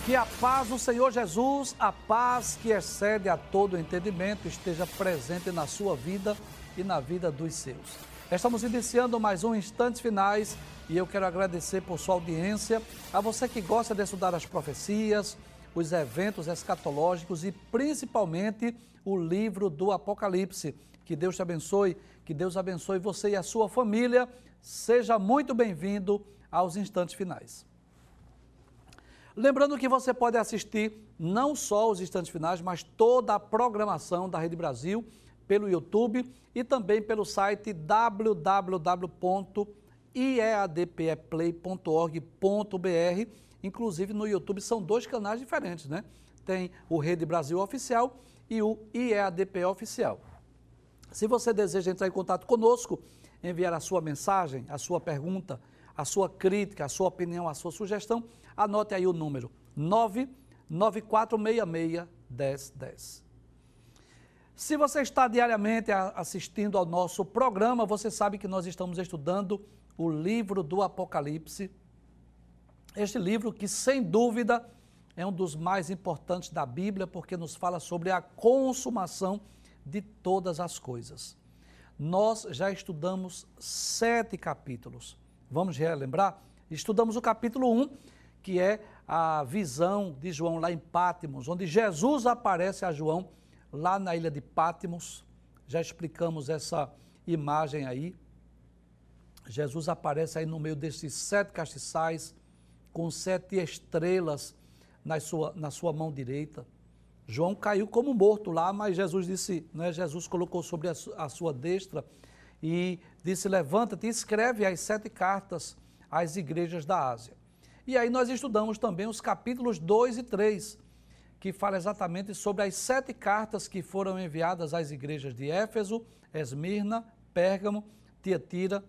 Que a paz do Senhor Jesus, a paz que excede a todo entendimento, esteja presente na sua vida e na vida dos seus. Estamos iniciando mais um Instantes Finais e eu quero agradecer por sua audiência, a você que gosta de estudar as profecias, os eventos escatológicos e principalmente o livro do Apocalipse. Que Deus te abençoe, que Deus abençoe você e a sua família. Seja muito bem-vindo aos Instantes Finais. Lembrando que você pode assistir não só os Instantes Finais, mas toda a programação da Rede Brasil pelo YouTube e também pelo site www.iadpeplay.org.br. Inclusive no YouTube são dois canais diferentes, né? Tem o Rede Brasil Oficial e o IEADP Oficial. Se você deseja entrar em contato conosco, enviar a sua mensagem, a sua pergunta, a sua crítica, a sua opinião, a sua sugestão, anote aí o número 994661010. Se você está diariamente assistindo ao nosso programa, você sabe que nós estamos estudando o livro do Apocalipse. Este livro que, sem dúvida, é um dos mais importantes da Bíblia, porque nos fala sobre a consumação de todas as coisas. Nós já estudamos 7 capítulos. Vamos relembrar? Estudamos o capítulo 1, que é a visão de João lá em Patmos, onde Jesus aparece a João lá na ilha de Patmos. Já explicamos essa imagem aí. Jesus aparece aí no meio desses 7 castiçais, com 7 estrelas na sua mão direita. João caiu como morto lá, mas Jesus disse, né, Jesus colocou sobre a sua destra e disse: levanta-te e escreve as 7 cartas às igrejas da Ásia. E aí nós estudamos também os capítulos 2 e 3, que fala exatamente sobre as 7 cartas que foram enviadas às igrejas de Éfeso, Esmirna, Pérgamo, Tiatira,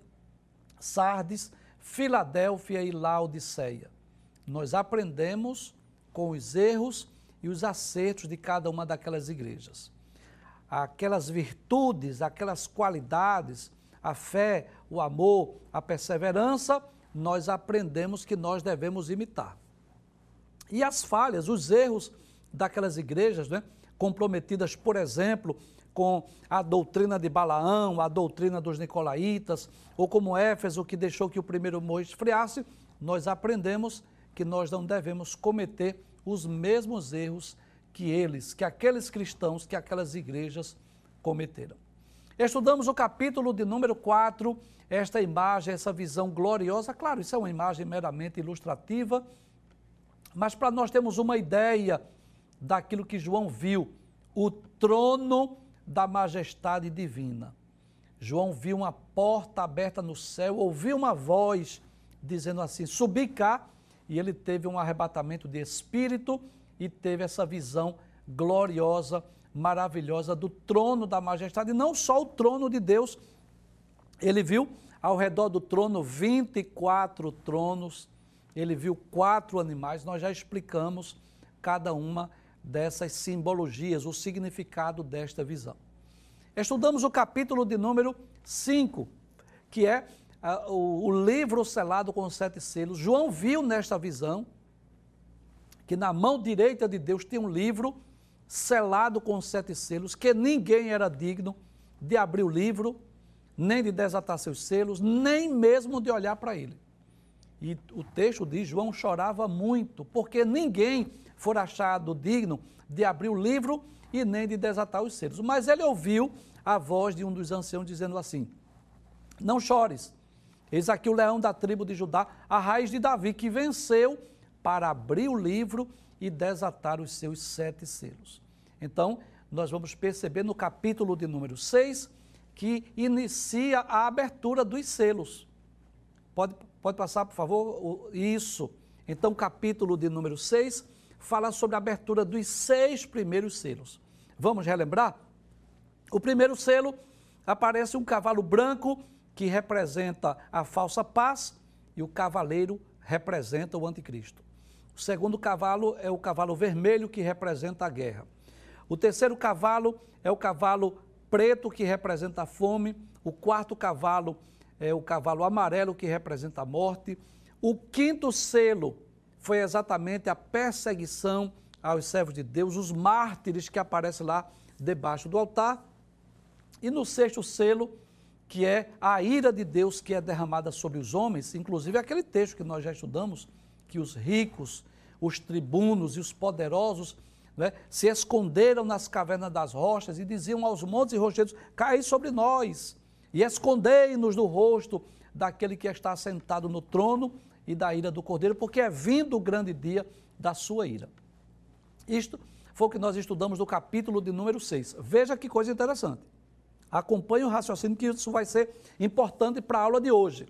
Sardes, Filadélfia e Laodiceia. Nós aprendemos com os erros e os acertos de cada uma daquelas igrejas. Aquelas virtudes, aquelas qualidades, a fé, o amor, a perseverança, nós aprendemos que nós devemos imitar. E as falhas, os erros daquelas igrejas, né, comprometidas, por exemplo, com a doutrina de Balaão, a doutrina dos nicolaítas, ou como Éfeso, que deixou que o primeiro amor esfriasse, nós aprendemos que nós não devemos cometer os mesmos erros que aqueles cristãos, que aquelas igrejas cometeram. Estudamos o capítulo de número 4, esta imagem, essa visão gloriosa. Claro, isso é uma imagem meramente ilustrativa, mas para nós termos uma ideia daquilo que João viu, o trono da majestade divina. João viu uma porta aberta no céu, ouviu uma voz dizendo assim: subi cá, e ele teve um arrebatamento de espírito e teve essa visão gloriosa, maravilhosa do trono da majestade. E não só o trono de Deus, ele viu ao redor do trono 24 tronos, ele viu 4 animais. Nós já explicamos cada uma dessas simbologias, o significado desta visão. Estudamos o capítulo de número 5, que é o livro selado com 7 selos. João viu nesta visão que na mão direita de Deus tinha um livro selado com 7 selos, que ninguém era digno de abrir o livro, nem de desatar seus selos, nem mesmo de olhar para ele. E o texto diz: João chorava muito, porque ninguém fora achado digno de abrir o livro e nem de desatar os selos. Mas ele ouviu a voz de um dos anciãos dizendo assim: não chores, eis aqui o leão da tribo de Judá, a raiz de Davi, que venceu para abrir o livro e desatar os seus 7 selos. Então, nós vamos perceber no capítulo de número 6, que inicia a abertura dos selos. Pode passar, por favor? Isso. Então, o capítulo de número 6 fala sobre a abertura dos 6 primeiros selos. Vamos relembrar? O primeiro selo, aparece um cavalo branco, que representa a falsa paz, e o cavaleiro representa o anticristo. O segundo cavalo é o cavalo vermelho, que representa a guerra. O terceiro cavalo é o cavalo preto, que representa a fome. O quarto cavalo é o cavalo amarelo, que representa a morte. O quinto selo foi exatamente a perseguição aos servos de Deus, os mártires que aparecem lá debaixo do altar. E no sexto selo, que é a ira de Deus que é derramada sobre os homens, inclusive aquele texto que nós já estudamos, que os ricos, os tribunos e os poderosos, né, se esconderam nas cavernas das rochas e diziam aos montes e rochedos: caí sobre nós e escondei-nos do rosto daquele que está sentado no trono e da ira do Cordeiro, porque é vindo o grande dia da sua ira. Isto foi o que nós estudamos no capítulo de número 6. Veja que coisa interessante. Acompanhe o raciocínio, que isso vai ser importante para a aula de hoje.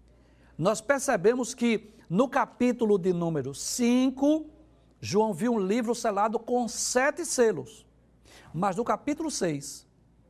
Nós percebemos que no capítulo de número 5, João viu um livro selado com 7 selos. Mas no capítulo 6,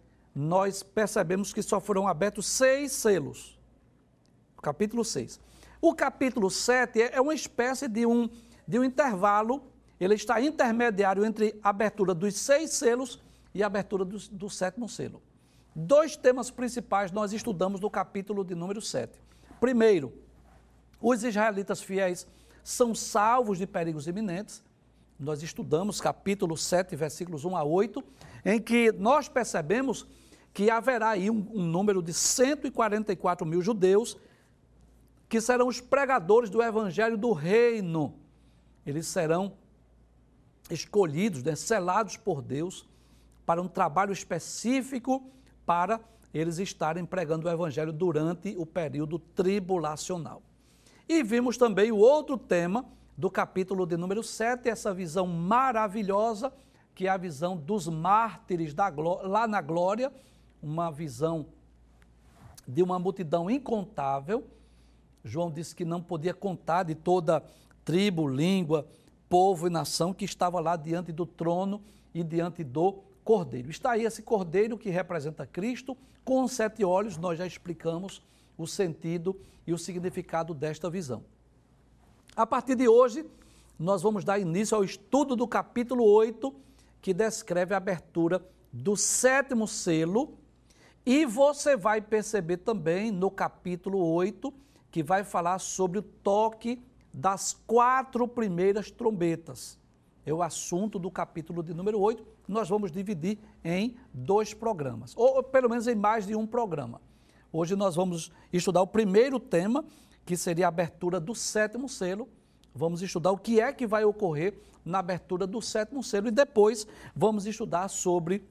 nós percebemos que só foram abertos 6 selos. Capítulo 6. O capítulo 7 é uma espécie de um intervalo, ele está intermediário entre a abertura dos 6 selos e a abertura do 7º selo. 2 temas principais nós estudamos no capítulo de número 7. Primeiro, os israelitas fiéis são salvos de perigos iminentes. Nós estudamos capítulo 7, versículos 1 a 8, em que nós percebemos que haverá aí um número de 144 mil judeus que serão os pregadores do evangelho do reino. Eles serão escolhidos, né, selados por Deus para um trabalho específico, para eles estarem pregando o evangelho durante o período tribulacional. E vimos também o outro tema do capítulo de número 7, essa visão maravilhosa, que é a visão dos mártires lá na glória, uma visão de uma multidão incontável. João disse que não podia contar de toda tribo, língua, povo e nação que estava lá diante do trono e diante do Cordeiro. Está aí esse Cordeiro que representa Cristo, com 7 olhos. Nós já explicamos o sentido e o significado desta visão. A partir de hoje, nós vamos dar início ao estudo do capítulo 8, que descreve a abertura do 7º selo, e você vai perceber também no capítulo 8, que vai falar sobre o toque das 4 primeiras trombetas. É o assunto do capítulo de número 8, nós vamos dividir em 2 programas, ou pelo menos em mais de um programa. Hoje nós vamos estudar o primeiro tema, que seria a abertura do 7º selo. Vamos estudar o que é que vai ocorrer na abertura do 7º selo e depois vamos estudar sobre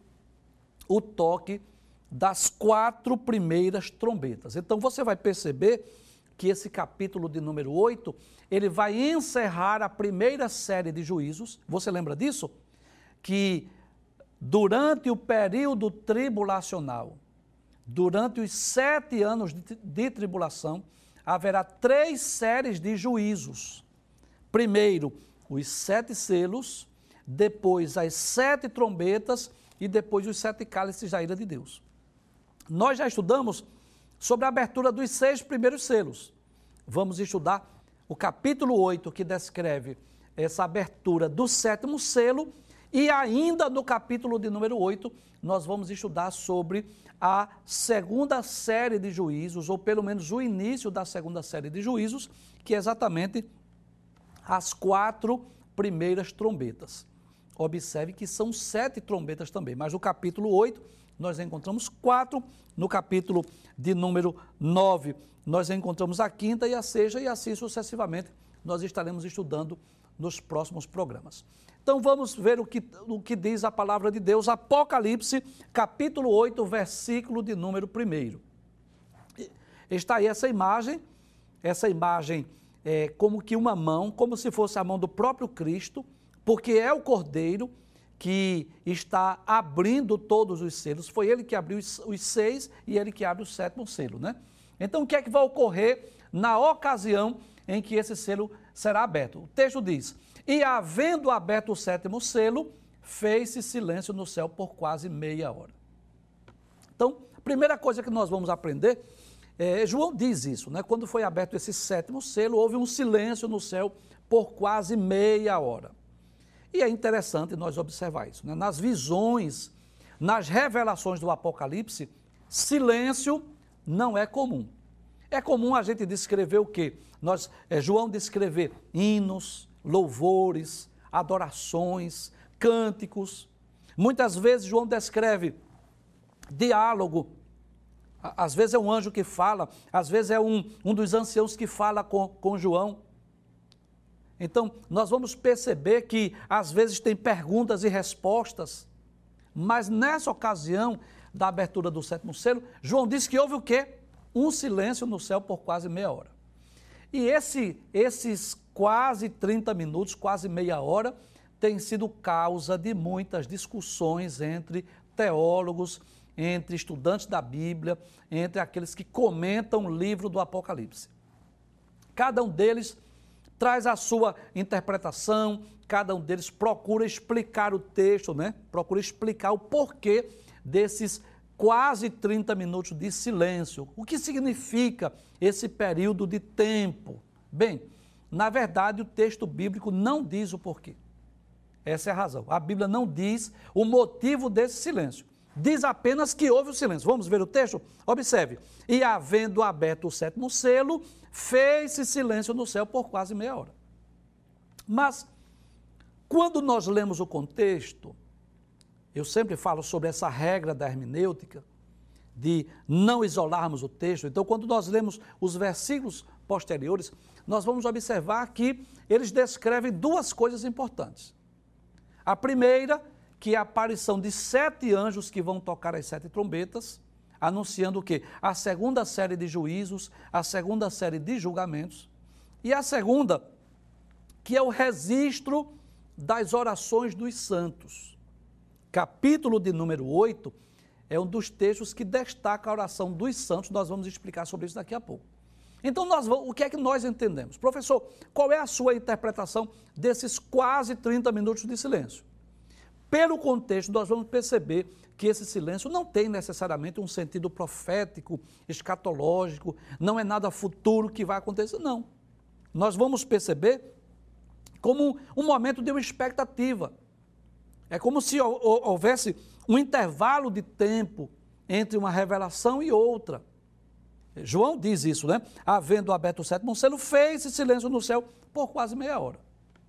o toque das 4 primeiras trombetas. Então você vai perceber que esse capítulo de número 8, ele vai encerrar a primeira série de juízos. Você lembra disso? Que durante o período tribulacional, durante os 7 anos de tribulação, haverá 3 séries de juízos. Primeiro, os 7 selos, depois as 7 trombetas e depois os 7 cálices da ira de Deus. Nós já estudamos sobre a abertura dos 6 primeiros selos. Vamos estudar o capítulo 8, que descreve essa abertura do 7º selo, e ainda no capítulo de número 8, nós vamos estudar sobre a segunda série de juízos, ou pelo menos o início da segunda série de juízos, que é exatamente as 4 primeiras trombetas. Observe que são 7 trombetas também, mas no capítulo 8 nós encontramos 4, no capítulo de número 9 nós encontramos a 5ª e a 6ª, e assim sucessivamente nós estaremos estudando nos próximos programas. Então vamos ver o que diz a palavra de Deus, Apocalipse, capítulo 8, versículo de número 1. Está aí essa imagem é como que uma mão, como se fosse a mão do próprio Cristo, porque é o Cordeiro que está abrindo todos os selos. Foi ele que abriu os 6 e ele que abre o 7º selo, né? Então o que é que vai ocorrer na ocasião em que esse selo será aberto? O texto diz: e havendo aberto o 7º selo, fez-se silêncio no céu por quase meia hora. Então, a primeira coisa que nós vamos aprender, João diz isso, né? Quando foi aberto esse 7º selo, houve um silêncio no céu por quase meia hora. E é interessante nós observar isso, né? Nas visões, nas revelações do Apocalipse, silêncio não é comum. É comum a gente descrever o quê? João descrever hinos, louvores, adorações, cânticos. Muitas vezes João descreve diálogo. Às vezes é um anjo que fala, às vezes é um dos anciãos que fala com João. Então, nós vamos perceber que às vezes tem perguntas e respostas, mas nessa ocasião da abertura do 7º selo, João disse que houve o quê? Um silêncio no céu por quase meia hora. E esses quase 30 minutos, quase meia hora, tem sido causa de muitas discussões entre teólogos, entre estudantes da Bíblia, entre aqueles que comentam o livro do Apocalipse. Cada um deles traz a sua interpretação, cada um deles procura explicar o texto, procura explicar o porquê desses quase 30 minutos de silêncio. O que significa esse período de tempo? Bem, na verdade, o texto bíblico não diz o porquê. Essa é a razão. A Bíblia não diz o motivo desse silêncio. Diz apenas que houve o silêncio. Vamos ver o texto? Observe. E havendo aberto o 7º selo, fez-se silêncio no céu por quase meia hora. Mas, quando nós lemos o contexto, eu sempre falo sobre essa regra da hermenêutica, de não isolarmos o texto. Então, quando nós lemos os versículos posteriores, nós vamos observar que eles descrevem duas coisas importantes. A primeira, que é a aparição de 7 anjos que vão tocar as 7 trombetas, anunciando o quê? A segunda série de juízos, a segunda série de julgamentos. E a segunda, que é o registro das orações dos santos. Capítulo de número 8 é um dos textos que destaca a oração dos santos. Nós vamos explicar sobre isso daqui a pouco. Então, o que é que nós entendemos? Professor, qual é a sua interpretação desses quase 30 minutos de silêncio? Pelo contexto, nós vamos perceber que esse silêncio não tem necessariamente um sentido profético, escatológico, não é nada futuro que vai acontecer, não. Nós vamos perceber como um momento de uma expectativa. É como se houvesse um intervalo de tempo entre uma revelação e outra. João diz isso, Havendo aberto o 7º selo, fez-se silêncio no céu por quase meia hora.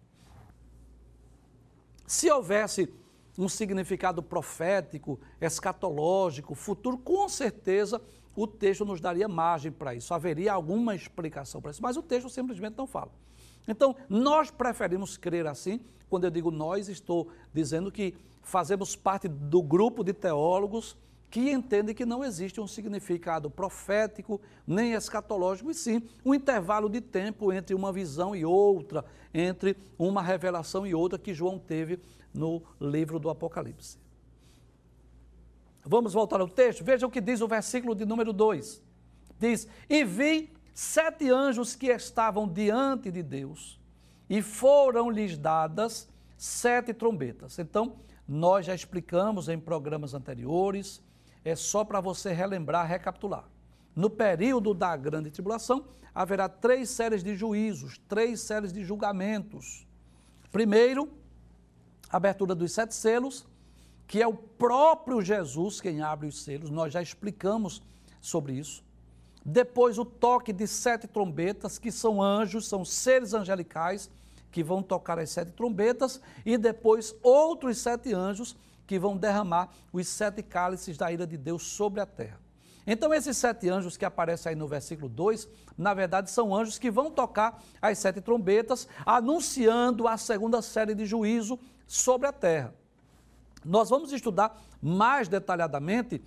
Se houvesse um significado profético, escatológico, futuro, com certeza o texto nos daria margem para isso, haveria alguma explicação para isso, mas o texto simplesmente não fala. Então, nós preferimos crer assim. Quando eu digo nós, estou dizendo que fazemos parte do grupo de teólogos que entendem que não existe um significado profético nem escatológico, e sim um intervalo de tempo entre uma visão e outra, entre uma revelação e outra que João teve no livro do Apocalipse. Vamos voltar ao texto? Veja o que diz o versículo de número 2. Diz: E vi 7 anjos que estavam diante de Deus, e foram-lhes dadas 7 trombetas. Então, nós já explicamos em programas anteriores, é só para você relembrar, recapitular. No período da grande tribulação, haverá 3 séries de juízos, 3 séries de julgamentos. Primeiro, a abertura dos 7 selos, que é o próprio Jesus quem abre os selos, nós já explicamos sobre isso. Depois, o toque de 7 trombetas, que são anjos, são seres angelicais, que vão tocar as 7 trombetas, e depois outros 7 anjos que vão derramar os 7 cálices da ira de Deus sobre a terra. Então, esses 7 anjos que aparecem aí no versículo 2, na verdade, são anjos que vão tocar as 7 trombetas, anunciando a segunda série de juízo sobre a terra. Nós vamos estudar mais detalhadamente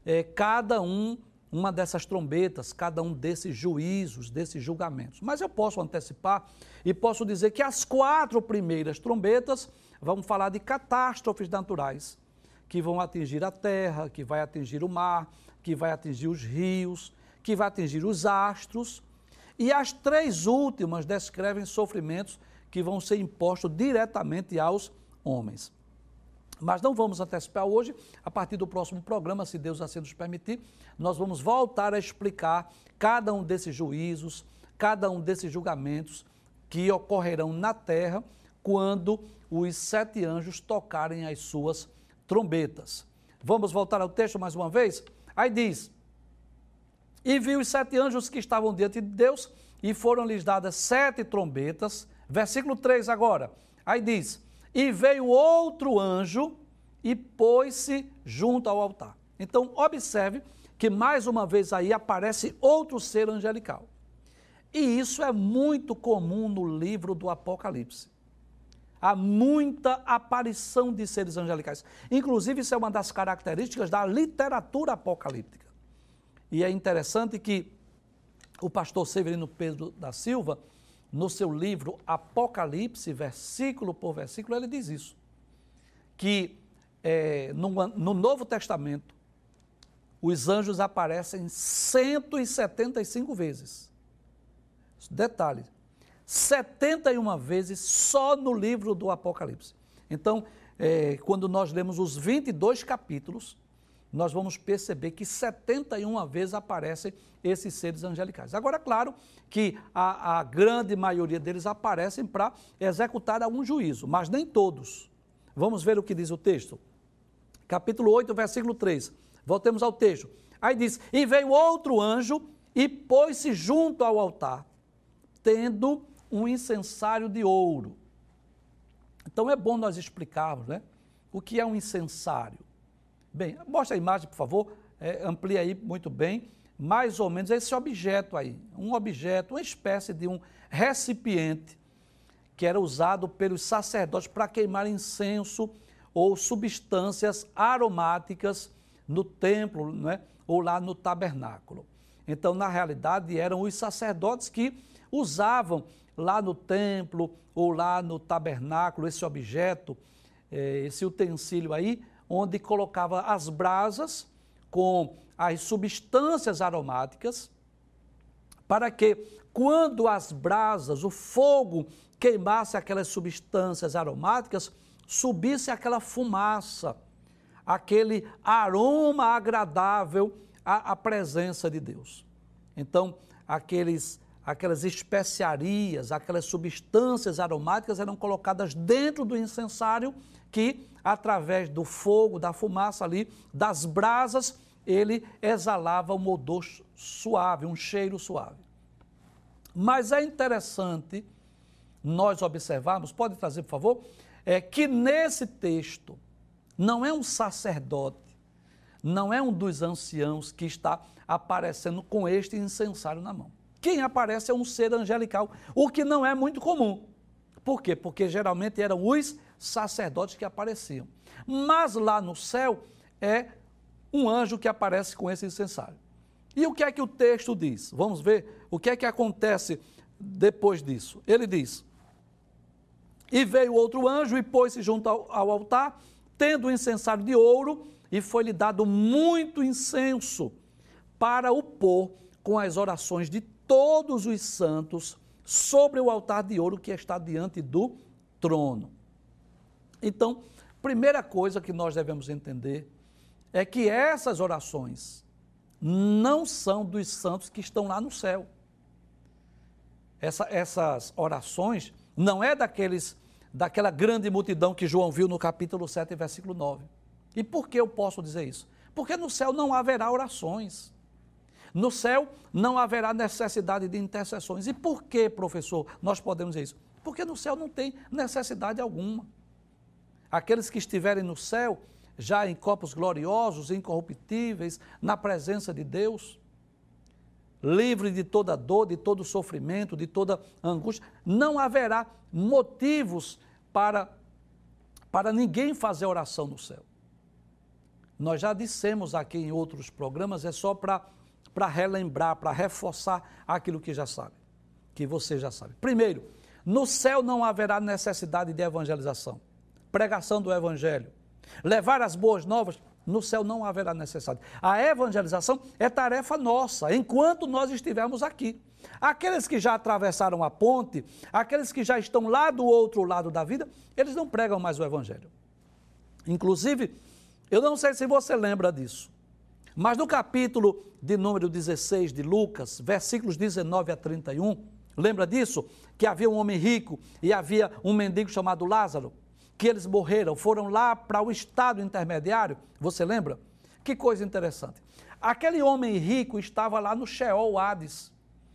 uma dessas trombetas, cada um desses juízos, desses julgamentos. Mas eu posso antecipar e posso dizer que as 4 primeiras trombetas vão falar de catástrofes naturais, que vão atingir a terra, que vai atingir o mar, que vai atingir os rios, que vai atingir os astros. E as 3 últimas descrevem sofrimentos que vão ser impostos diretamente aos homens. Mas não vamos antecipar hoje. A partir do próximo programa, se Deus assim nos permitir, nós vamos voltar a explicar cada um desses juízos, cada um desses julgamentos que ocorrerão na terra quando os 7 anjos tocarem as suas trombetas. Vamos voltar ao texto mais uma vez? Aí diz: E vi os 7 anjos que estavam diante de Deus, e foram-lhes dadas 7 trombetas. Versículo 3 agora. Aí diz, e veio outro anjo e pôs-se junto ao altar. Então, observe que mais uma vez aí aparece outro ser angelical. E isso é muito comum no livro do Apocalipse. Há muita aparição de seres angelicais. Inclusive, isso é uma das características da literatura apocalíptica. E é interessante que o pastor Severino Pedro da Silva, no seu livro Apocalipse, versículo por versículo, ele diz isso. Que no Novo Testamento, os anjos aparecem 175 vezes. Detalhe, 71 vezes só no livro do Apocalipse. Então, quando nós lemos os 22 capítulos, nós vamos perceber que 71 vezes aparecem esses seres angelicais. Agora, claro que a grande maioria deles aparecem para executar algum juízo, mas nem todos. Vamos ver o que diz o texto. Capítulo 8, versículo 3. Voltemos ao texto. Aí diz, e veio outro anjo e pôs-se junto ao altar, tendo um incensário de ouro. Então é bom nós explicarmos, né, o que é um incensário. Bem, mostra a imagem, por favor, amplia aí muito bem, mais ou menos esse objeto aí, um objeto, uma espécie de um recipiente que era usado pelos sacerdotes para queimar incenso ou substâncias aromáticas no templo, né, ou lá no tabernáculo. Então, na realidade, eram os sacerdotes que usavam lá no templo ou lá no tabernáculo esse objeto, esse utensílio aí, onde colocava as brasas com as substâncias aromáticas, para que quando as brasas, o fogo, queimasse aquelas substâncias aromáticas, subisse aquela fumaça, aquele aroma agradável à presença de Deus. Então, aquelas especiarias, aquelas substâncias aromáticas eram colocadas dentro do incensário que, através do fogo, da fumaça ali, das brasas, ele exalava um odor suave, um cheiro suave. Mas é interessante nós observarmos, pode trazer, por favor, que nesse texto não é um sacerdote, não é um dos anciãos que está aparecendo com este incensário na mão. Quem aparece é um ser angelical, o que não é muito comum. Por quê? Porque geralmente eram os sacerdotes que apareciam. Mas lá no céu é um anjo que aparece com esse incensário. E o que é que o texto diz? Vamos ver o que é que acontece depois disso. Ele diz, e veio outro anjo e pôs-se junto ao altar, tendo um incensário de ouro, e foi-lhe dado muito incenso para o pôr com as orações de todos os santos sobre o altar de ouro que está diante do trono. Então, primeira coisa que nós devemos entender é que essas orações não são dos santos que estão lá no céu. Essas orações não é daquela grande multidão que João viu no capítulo 7, versículo 9. E por que eu posso dizer isso? Porque no céu não haverá orações. No céu não haverá necessidade de intercessões. E por que, professor, nós podemos dizer isso? Porque no céu não tem necessidade alguma. Aqueles que estiverem no céu, já em corpos gloriosos, incorruptíveis, na presença de Deus, livre de toda dor, de todo sofrimento, de toda angústia, não haverá motivos para ninguém fazer oração no céu. Nós já dissemos aqui em outros programas, é só para relembrar, para reforçar aquilo que já sabe, que você já sabe. Primeiro, no céu não haverá necessidade de evangelização, pregação do evangelho, levar as boas novas, no céu não haverá necessidade. A evangelização é tarefa nossa, enquanto nós estivermos aqui. Aqueles que já atravessaram a ponte, aqueles que já estão lá do outro lado da vida, eles não pregam mais o evangelho. Inclusive, eu não sei se você lembra disso, mas no capítulo de número 16 de Lucas, versículos 19 a 31, lembra disso? Que havia um homem rico e havia um mendigo chamado Lázaro, que eles morreram, foram lá para o estado intermediário, você lembra? Que coisa interessante. Aquele homem rico estava lá no Sheol, Hades,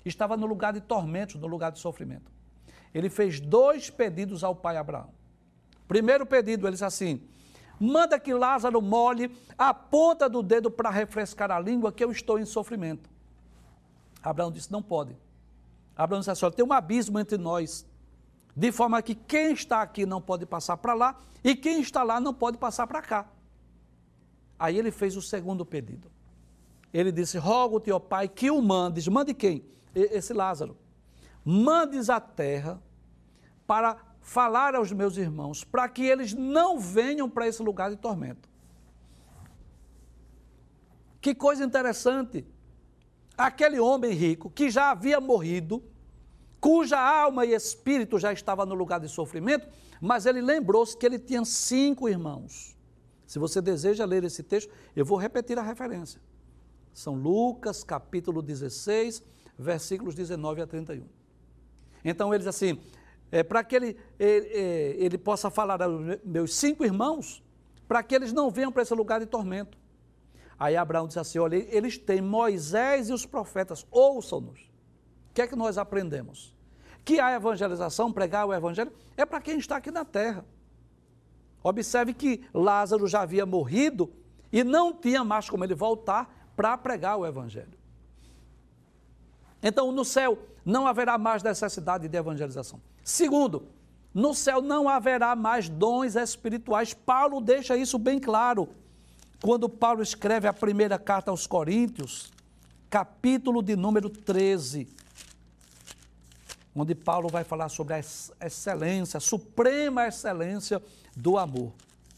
estava no lugar de tormentos, no lugar de sofrimento. Ele fez 2 pedidos ao pai Abraão. Primeiro pedido, ele disse assim: manda que Lázaro molhe a ponta do dedo para refrescar a língua, que eu estou em sofrimento. Abraão disse: não pode. Abraão disse assim: olha, tem um abismo entre nós, de forma que quem está aqui não pode passar para lá, e quem está lá não pode passar para cá. Aí ele fez o segundo pedido. Ele disse: rogo-te, ó pai, que o mandes. Mande quem? Esse Lázaro. Mandes a terra para falar aos meus irmãos, para que eles não venham para esse lugar de tormento. Que coisa interessante. Aquele homem rico, que já havia morrido, cuja alma e espírito já estava no lugar de sofrimento, mas ele lembrou-se que ele tinha 5 irmãos. Se você deseja ler esse texto, eu vou repetir a referência. São Lucas, capítulo 16, versículos 19 a 31. Então ele diz assim, para que ele possa falar aos meus 5 irmãos, para que eles não venham para esse lugar de tormento. Aí Abraão disse assim: olha, eles têm Moisés e os profetas, ouçam-nos. O que é que nós aprendemos? Que a evangelização, pregar o evangelho, é para quem está aqui na terra. Observe que Lázaro já havia morrido e não tinha mais como ele voltar para pregar o evangelho. Então, no céu não haverá mais necessidade de evangelização. Segundo, no céu não haverá mais dons espirituais. Paulo deixa isso bem claro. Quando Paulo escreve a primeira carta aos Coríntios, capítulo de número 13, onde Paulo vai falar sobre a excelência, a suprema excelência do amor.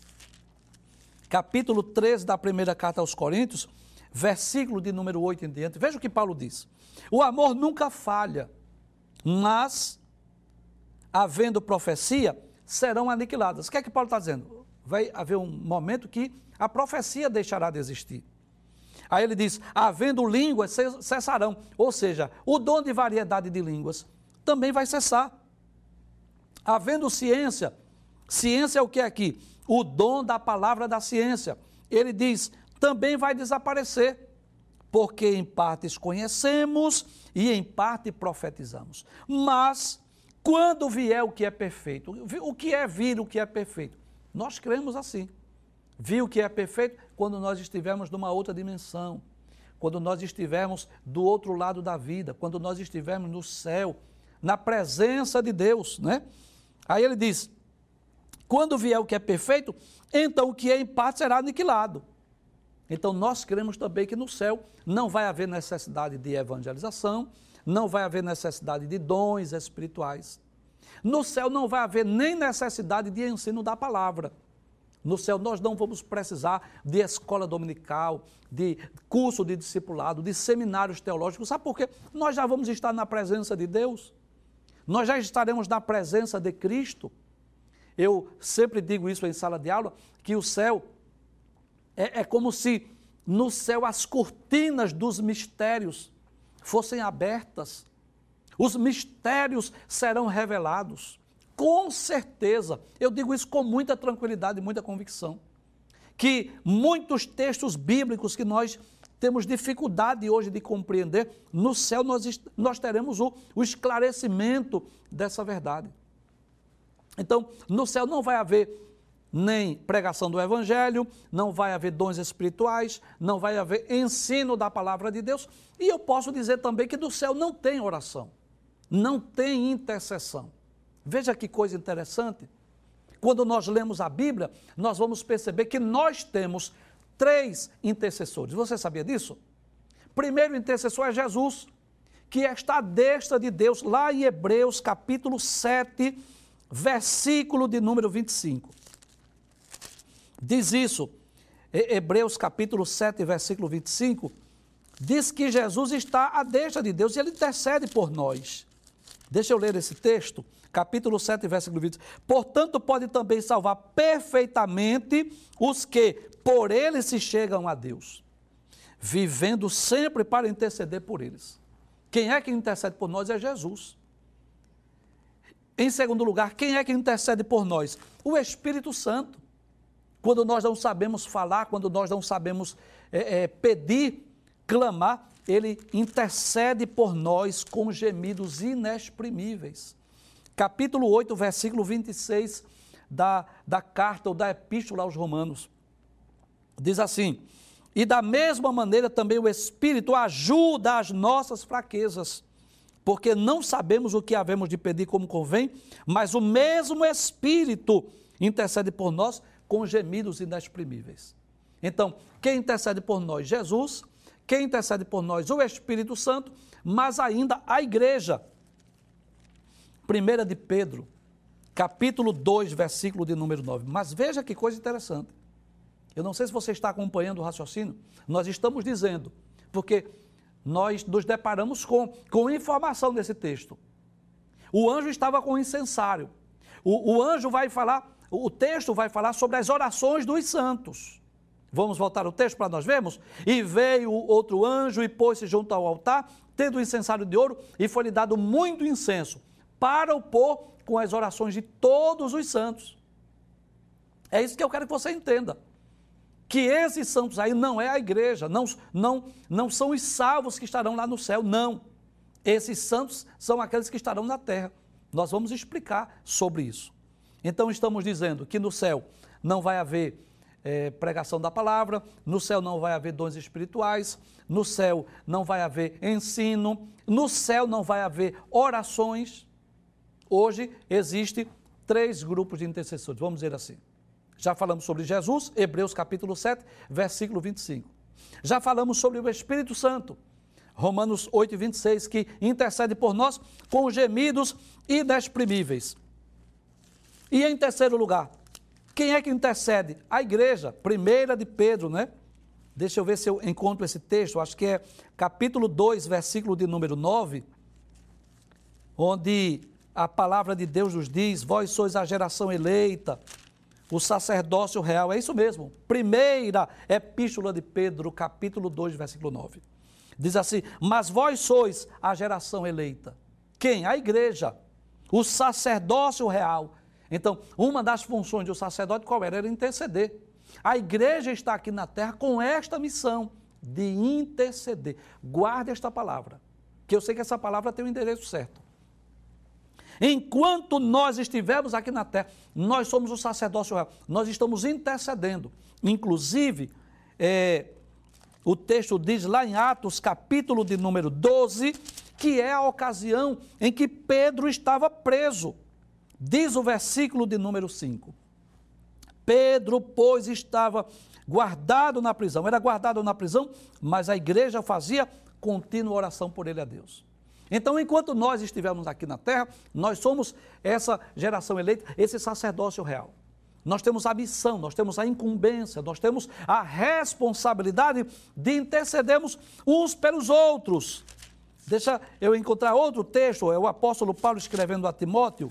Capítulo 13 da primeira carta aos Coríntios, versículo de número 8 em diante, veja o que Paulo diz. O amor nunca falha, mas, havendo profecia, serão aniquiladas. O que é que Paulo está dizendo? Vai haver um momento que a profecia deixará de existir. Aí ele diz, havendo línguas, cessarão. Ou seja, o dom de variedade de línguas também vai cessar. Havendo ciência, ciência é o que é aqui? O dom da palavra da ciência. Ele diz, também vai desaparecer, porque em partes conhecemos e em parte profetizamos. Mas, quando vier o que é perfeito, o que é vir o que é perfeito? Nós cremos assim. Vir o que é perfeito quando nós estivermos numa outra dimensão, quando nós estivermos do outro lado da vida, quando nós estivermos no céu, na presença de Deus, né? Aí ele diz, quando vier o que é perfeito, então o que é em parte será aniquilado. Então nós cremos também que no céu não vai haver necessidade de evangelização, não vai haver necessidade de dons espirituais. No céu não vai haver nem necessidade de ensino da palavra. No céu nós não vamos precisar de escola dominical, de curso de discipulado, de seminários teológicos. Sabe por quê? Nós já vamos estar na presença de Deus. Nós já estaremos na presença de Cristo. Eu sempre digo isso em sala de aula, que o céu é como se no céu as cortinas dos mistérios fossem abertas. Os mistérios serão revelados. Com certeza, eu digo isso com muita tranquilidade e muita convicção, que muitos textos bíblicos que nós temos dificuldade hoje de compreender, no céu nós teremos o esclarecimento dessa verdade. Então, no céu não vai haver nem pregação do evangelho, não vai haver dons espirituais, não vai haver ensino da palavra de Deus, e eu posso dizer também que no céu não tem oração, não tem intercessão. Veja que coisa interessante, quando nós lemos a Bíblia, nós vamos perceber que nós temos 3 intercessores. Você sabia disso? Primeiro intercessor é Jesus, que está à destra de Deus, lá em Hebreus capítulo 7, versículo de número 25. Diz isso, Hebreus capítulo 7, versículo 25, diz que Jesus está à destra de Deus e Ele intercede por nós. Deixa eu ler esse texto, capítulo 7, versículo 20. Portanto, pode também salvar perfeitamente os que por Ele se chegam a Deus, vivendo sempre para interceder por eles. Quem é que intercede por nós é Jesus. Em segundo lugar, quem é que intercede por nós? O Espírito Santo. Quando nós não sabemos falar, quando nós não sabemos pedir, clamar, ele intercede por nós com gemidos inexprimíveis. Capítulo 8, versículo 26 da carta ou da epístola aos Romanos. Diz assim: e da mesma maneira também o Espírito ajuda as nossas fraquezas, porque não sabemos o que havemos de pedir como convém, mas o mesmo Espírito intercede por nós com gemidos inexprimíveis. Então, quem intercede por nós? Jesus. Quem intercede por nós? O Espírito Santo, mas ainda a igreja. 1 de Pedro, capítulo 2, versículo de número 9. Mas veja que coisa interessante. Eu não sei se você está acompanhando o raciocínio. Nós estamos dizendo, porque nós nos deparamos com informação desse texto. O anjo estava com o incensário. O anjo vai falar, o texto vai falar sobre as orações dos santos. Vamos voltar ao texto para nós vermos? E veio outro anjo e pôs-se junto ao altar, tendo o incensário de ouro, e foi-lhe dado muito incenso, para o pôr com as orações de todos os santos. É isso que eu quero que você entenda. Que esses santos aí não é a igreja, não são os salvos que estarão lá no céu, não. Esses santos são aqueles que estarão na terra. Nós vamos explicar sobre isso. Então estamos dizendo que no céu não vai haver pregação da palavra, no céu não vai haver dons espirituais, no céu não vai haver ensino, no céu não vai haver orações. Hoje existem 3 grupos de intercessores, vamos dizer assim. Já falamos sobre Jesus, Hebreus capítulo 7, versículo 25. Já falamos sobre o Espírito Santo, Romanos 8, 26, que intercede por nós com gemidos inexprimíveis. E em terceiro lugar, quem é que intercede? A igreja, 1 de Pedro, né? Deixa eu ver se eu encontro esse texto, acho que é capítulo 2, versículo de número 9, onde a palavra de Deus nos diz: vós sois a geração eleita, o sacerdócio real. É isso mesmo. Primeira epístola de Pedro, capítulo 2, versículo 9. Diz assim: mas vós sois a geração eleita. Quem? A igreja. O sacerdócio real. Então, uma das funções do sacerdote qual era? Era interceder. A igreja está aqui na terra com esta missão de interceder. Guarde esta palavra, que eu sei que essa palavra tem o endereço certo. Enquanto nós estivermos aqui na terra, nós somos o sacerdócio real, nós estamos intercedendo. Inclusive, o texto diz lá em Atos, capítulo de número 12, que é a ocasião em que Pedro estava preso. Diz o versículo de número 5. Pedro, pois, estava guardado na prisão. Era guardado na prisão, mas a igreja fazia contínua oração por ele a Deus. Então, enquanto nós estivermos aqui na terra, nós somos essa geração eleita, esse sacerdócio real. Nós temos a missão, nós temos a incumbência, nós temos a responsabilidade de intercedermos uns pelos outros. Deixa eu encontrar outro texto, é o apóstolo Paulo escrevendo a Timóteo,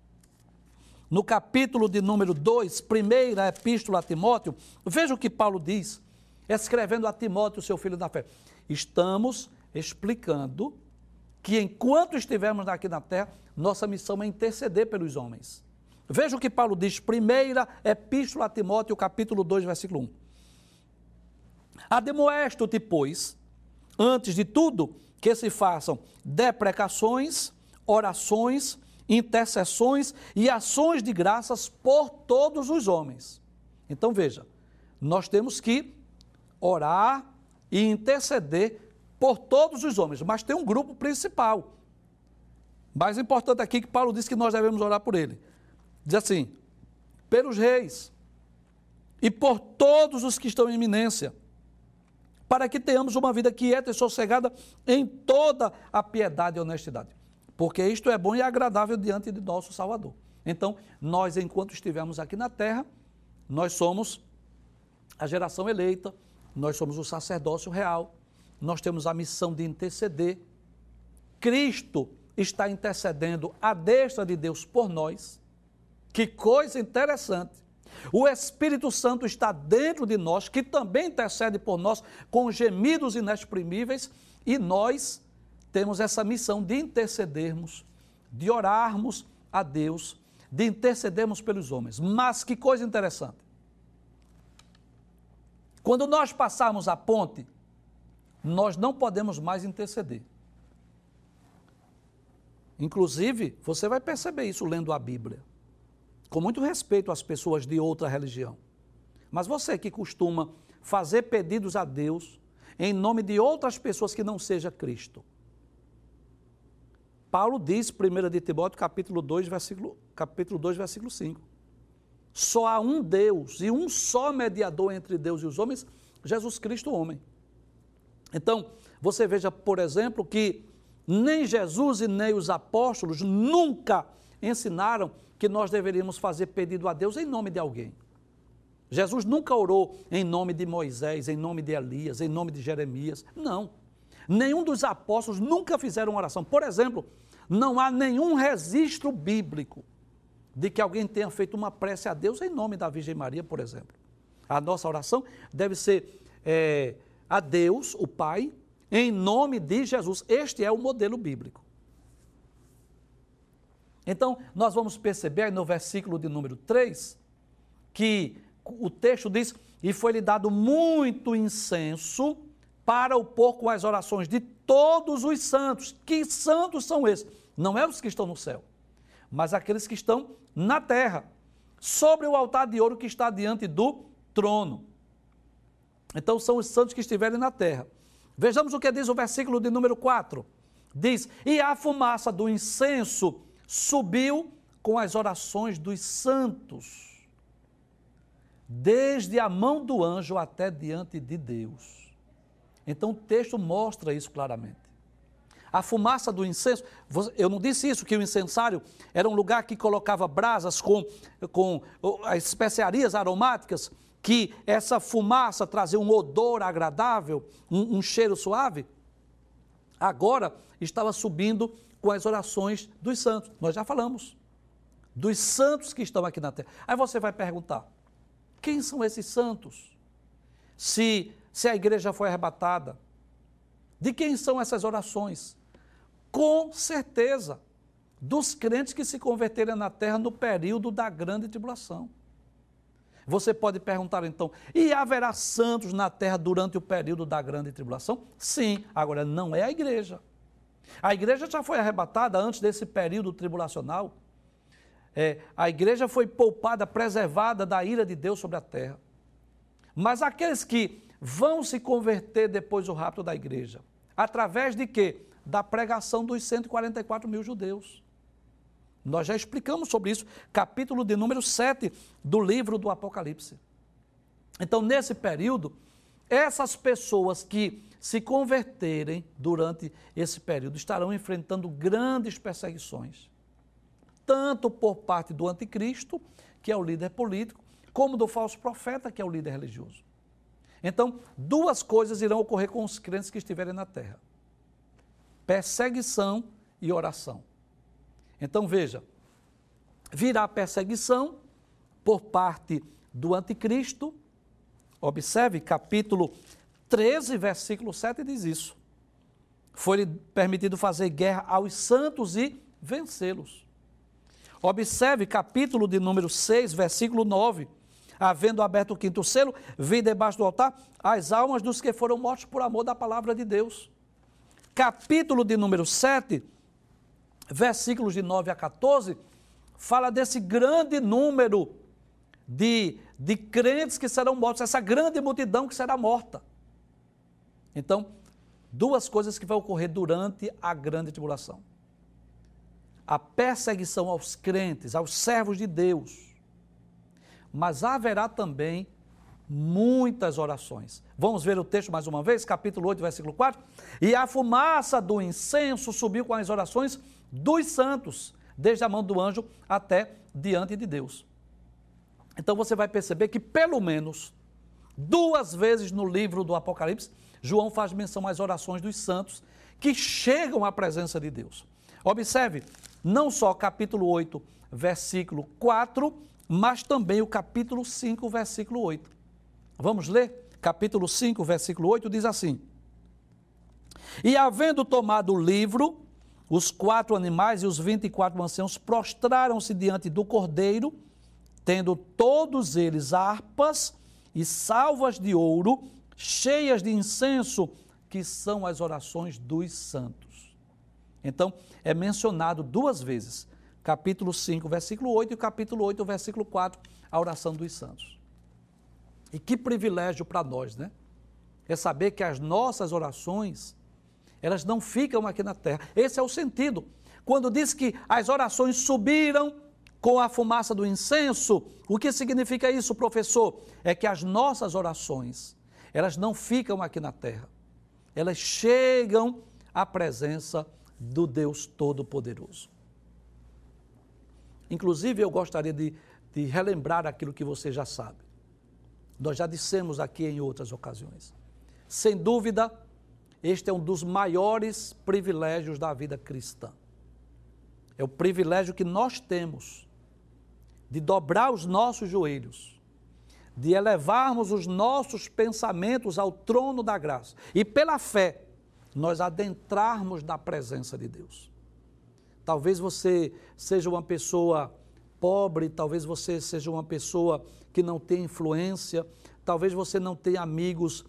no capítulo de número 2, primeira epístola a Timóteo. Veja o que Paulo diz, escrevendo a Timóteo, seu filho da fé. Estamos explicando que enquanto estivermos aqui na terra, nossa missão é interceder pelos homens. Veja o que Paulo diz, primeira epístola a Timóteo, capítulo 2, versículo 1. Admoesto-te, pois, antes de tudo, que se façam deprecações, orações, intercessões e ações de graças por todos os homens. Então veja, nós temos que orar e interceder por todos os homens, mas tem um grupo principal. Mais importante aqui que Paulo diz que nós devemos orar por ele. Diz assim: pelos reis e por todos os que estão em eminência, para que tenhamos uma vida quieta e sossegada em toda a piedade e honestidade. Porque isto é bom e agradável diante de nosso Salvador. Então, nós, enquanto estivermos aqui na terra, nós somos a geração eleita, nós somos o sacerdócio real, nós temos a missão de interceder. Cristo está intercedendo à destra de Deus por nós. Que coisa interessante. O Espírito Santo está dentro de nós, que também intercede por nós com gemidos inexprimíveis, e nós temos essa missão de intercedermos, de orarmos a Deus, de intercedermos pelos homens. Mas que coisa interessante. Quando nós passarmos a ponte, nós não podemos mais interceder. Inclusive, você vai perceber isso lendo a Bíblia, com muito respeito às pessoas de outra religião. Mas você que costuma fazer pedidos a Deus em nome de outras pessoas que não seja Cristo. Paulo diz, 1 de Timóteo, capítulo 2, versículo 5. Só há um Deus e um só mediador entre Deus e os homens, Jesus Cristo, homem. Então, você veja, por exemplo, que nem Jesus e nem os apóstolos nunca ensinaram que nós deveríamos fazer pedido a Deus em nome de alguém. Jesus nunca orou em nome de Moisés, em nome de Elias, em nome de Jeremias. Não. Nenhum dos apóstolos nunca fizeram oração. Por exemplo, não há nenhum registro bíblico de que alguém tenha feito uma prece a Deus em nome da Virgem Maria, por exemplo. A nossa oração deve ser a Deus, o Pai, em nome de Jesus. Este é o modelo bíblico. Então, nós vamos perceber no versículo de número 3, que o texto diz, e foi-lhe dado muito incenso para o pôr com as orações de todos os santos. Que santos são esses? Não é os que estão no céu, mas aqueles que estão na terra, sobre o altar de ouro que está diante do trono. Então, são os santos que estiverem na terra. Vejamos o que diz o versículo de número 4. Diz, e a fumaça do incenso subiu com as orações dos santos, desde a mão do anjo até diante de Deus. Então o texto mostra isso claramente. A fumaça do incenso, eu não disse isso, que o incensário era um lugar que colocava brasas com as especiarias aromáticas, que essa fumaça trazia um odor agradável, um cheiro suave. Agora estava subindo com as orações dos santos. Nós já falamos dos santos que estão aqui na terra. Aí você vai perguntar, quem são esses santos? Se a igreja foi arrebatada, de quem são essas orações? Com certeza, dos crentes que se converteram na terra no período da grande tribulação. Você pode perguntar então, e haverá santos na terra durante o período da grande tribulação? Sim, agora não é a igreja. A igreja já foi arrebatada antes desse período tribulacional. A igreja foi poupada, preservada da ira de Deus sobre a terra. Mas aqueles que vão se converter depois do rapto da igreja, através de quê? Da pregação dos 144 mil judeus. Nós já explicamos sobre isso, capítulo de número 7 do livro do Apocalipse. Então, nesse período, essas pessoas que se converterem durante esse período estarão enfrentando grandes perseguições, tanto por parte do anticristo, que é o líder político, como do falso profeta, que é o líder religioso. Então, duas coisas irão ocorrer com os crentes que estiverem na terra: perseguição e oração. Então, veja, virá perseguição por parte do anticristo. Observe, capítulo 13, versículo 7 diz isso. Foi-lhe permitido fazer guerra aos santos e vencê-los. Observe, capítulo de número 6, versículo 9. Havendo aberto o quinto selo, vi debaixo do altar as almas dos que foram mortos por amor da palavra de Deus. Capítulo de número 7, versículos de 9 a 14, fala desse grande número de crentes que serão mortos, essa grande multidão que será morta. Então, duas coisas que vão ocorrer durante a grande tribulação: a perseguição aos crentes, aos servos de Deus, mas haverá também muitas orações. Vamos ver o texto mais uma vez, capítulo 8, versículo 4. E a fumaça do incenso subiu com as orações dos santos, desde a mão do anjo até diante de Deus. Então você vai perceber que pelo menos duas vezes no livro do Apocalipse, João faz menção às orações dos santos que chegam à presença de Deus. Observe, não só capítulo 8, versículo 4, mas também o capítulo 5, versículo 8. Vamos ler? Capítulo 5, versículo 8, diz assim: E havendo tomado o livro, os 4 animais e os 24 anciãos prostraram-se diante do Cordeiro, tendo todos eles harpas e salvas de ouro, cheias de incenso, que são as orações dos santos. Então, é mencionado duas vezes, capítulo 5, versículo 8 e capítulo 8, versículo 4, a oração dos santos. E que privilégio para nós, né? É saber que as nossas orações, elas não ficam aqui na terra. Esse é o sentido. Quando diz que as orações subiram com a fumaça do incenso, o que significa isso, professor? É que as nossas orações, elas não ficam aqui na terra. Elas chegam à presença do Deus Todo-Poderoso. Inclusive, eu gostaria de relembrar aquilo que você já sabe. Nós já dissemos aqui em outras ocasiões. Sem dúvida, este é um dos maiores privilégios da vida cristã. É o privilégio que nós temos de dobrar os nossos joelhos, de elevarmos os nossos pensamentos ao trono da graça e, pela fé, nós adentrarmos na presença de Deus. Talvez você seja uma pessoa pobre, talvez você seja uma pessoa que não tem influência, talvez você não tenha amigos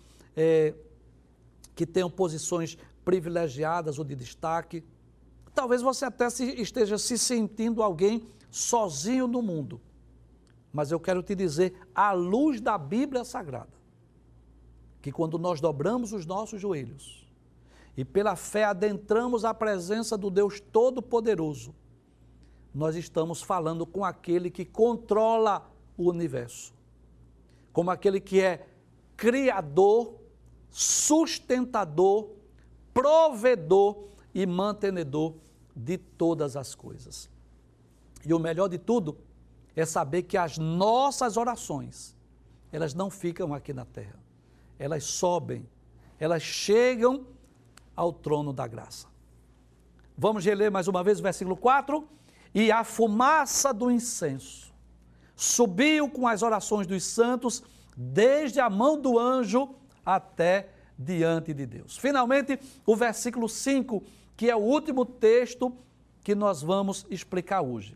que tenham posições privilegiadas ou de destaque. Talvez você até esteja se sentindo alguém sozinho no mundo. Mas eu quero te dizer, à luz da Bíblia Sagrada, que quando nós dobramos os nossos joelhos e pela fé adentramos a presença do Deus Todo-Poderoso, nós estamos falando com aquele que controla o universo, como aquele que é criador, sustentador, provedor e mantenedor de todas as coisas. E o melhor de tudo é saber que as nossas orações, elas não ficam aqui na terra, elas sobem, elas chegam ao trono da graça. Vamos reler mais uma vez o versículo 4. E a fumaça do incenso subiu com as orações dos santos, desde a mão do anjo até diante de Deus. Finalmente, o versículo 5, que é o último texto que nós vamos explicar hoje.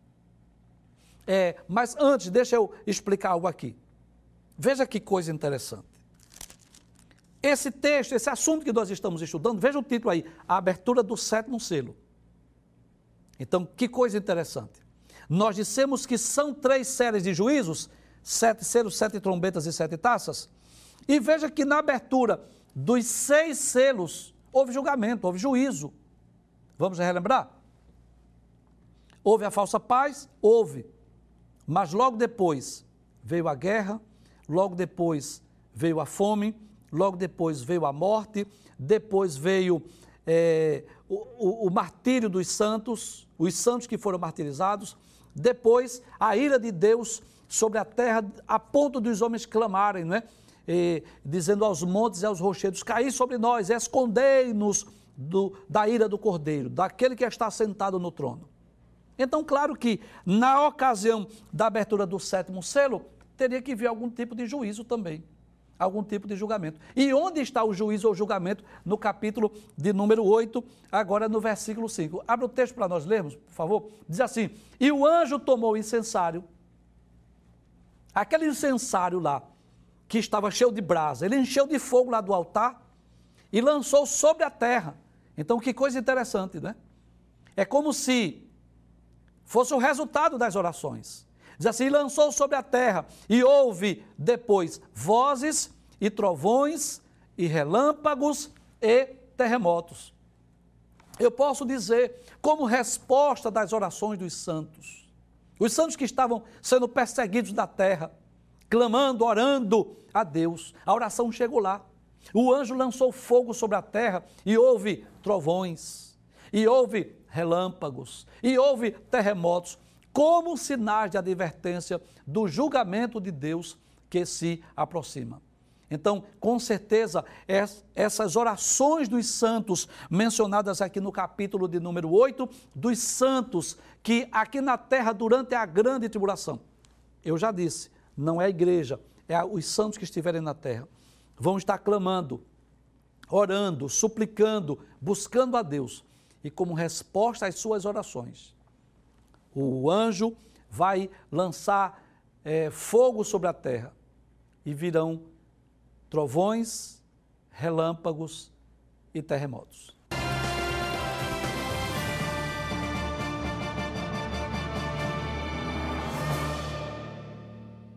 Mas antes, deixa eu explicar algo aqui. Veja que coisa interessante. Esse texto, esse assunto que nós estamos estudando, veja o título aí, a abertura do 7º selo. Então, que coisa interessante. Nós dissemos que são 3 séries de juízos, 7 selos, 7 trombetas e 7 taças. E veja que na abertura dos 6 selos, houve julgamento, houve juízo. Vamos relembrar? Houve a falsa paz? Houve. Mas logo depois veio a guerra, logo depois veio a fome, logo depois veio a morte, depois veio o martírio dos santos, os santos que foram martirizados, depois a ira de Deus sobre a terra, a ponto dos homens clamarem, não é? Dizendo aos montes e aos rochedos, caí sobre nós, escondei-nos da ira do Cordeiro, daquele que está sentado no trono. Então, claro que na ocasião da abertura do 7º selo, teria que vir algum tipo de juízo também, algum tipo de julgamento. E onde está o juízo ou julgamento? No capítulo de número 8, agora no versículo 5. Abra o texto para nós lermos, por favor. Diz assim, e o anjo tomou o incensário, aquele incensário lá, que estava cheio de brasa, ele encheu de fogo lá do altar e lançou sobre a terra. Então, que coisa interessante, né? É como se fosse o resultado das orações. Diz assim, lançou sobre a terra e houve depois vozes e trovões e relâmpagos e terremotos. Eu posso dizer, como resposta das orações dos santos, os santos que estavam sendo perseguidos da terra, clamando, orando a Deus, a oração chegou lá. O anjo lançou fogo sobre a terra e houve trovões, e houve relâmpagos, e houve terremotos, como sinais de advertência do julgamento de Deus que se aproxima. Então, com certeza, essas orações dos santos, mencionadas aqui no capítulo de número 8, dos santos que aqui na terra, durante a grande tribulação, eu já disse, não é a igreja, é os santos que estiverem na terra, vão estar clamando, orando, suplicando, buscando a Deus, e como resposta às suas orações, o anjo vai lançar fogo sobre a terra e virão trovões, relâmpagos e terremotos.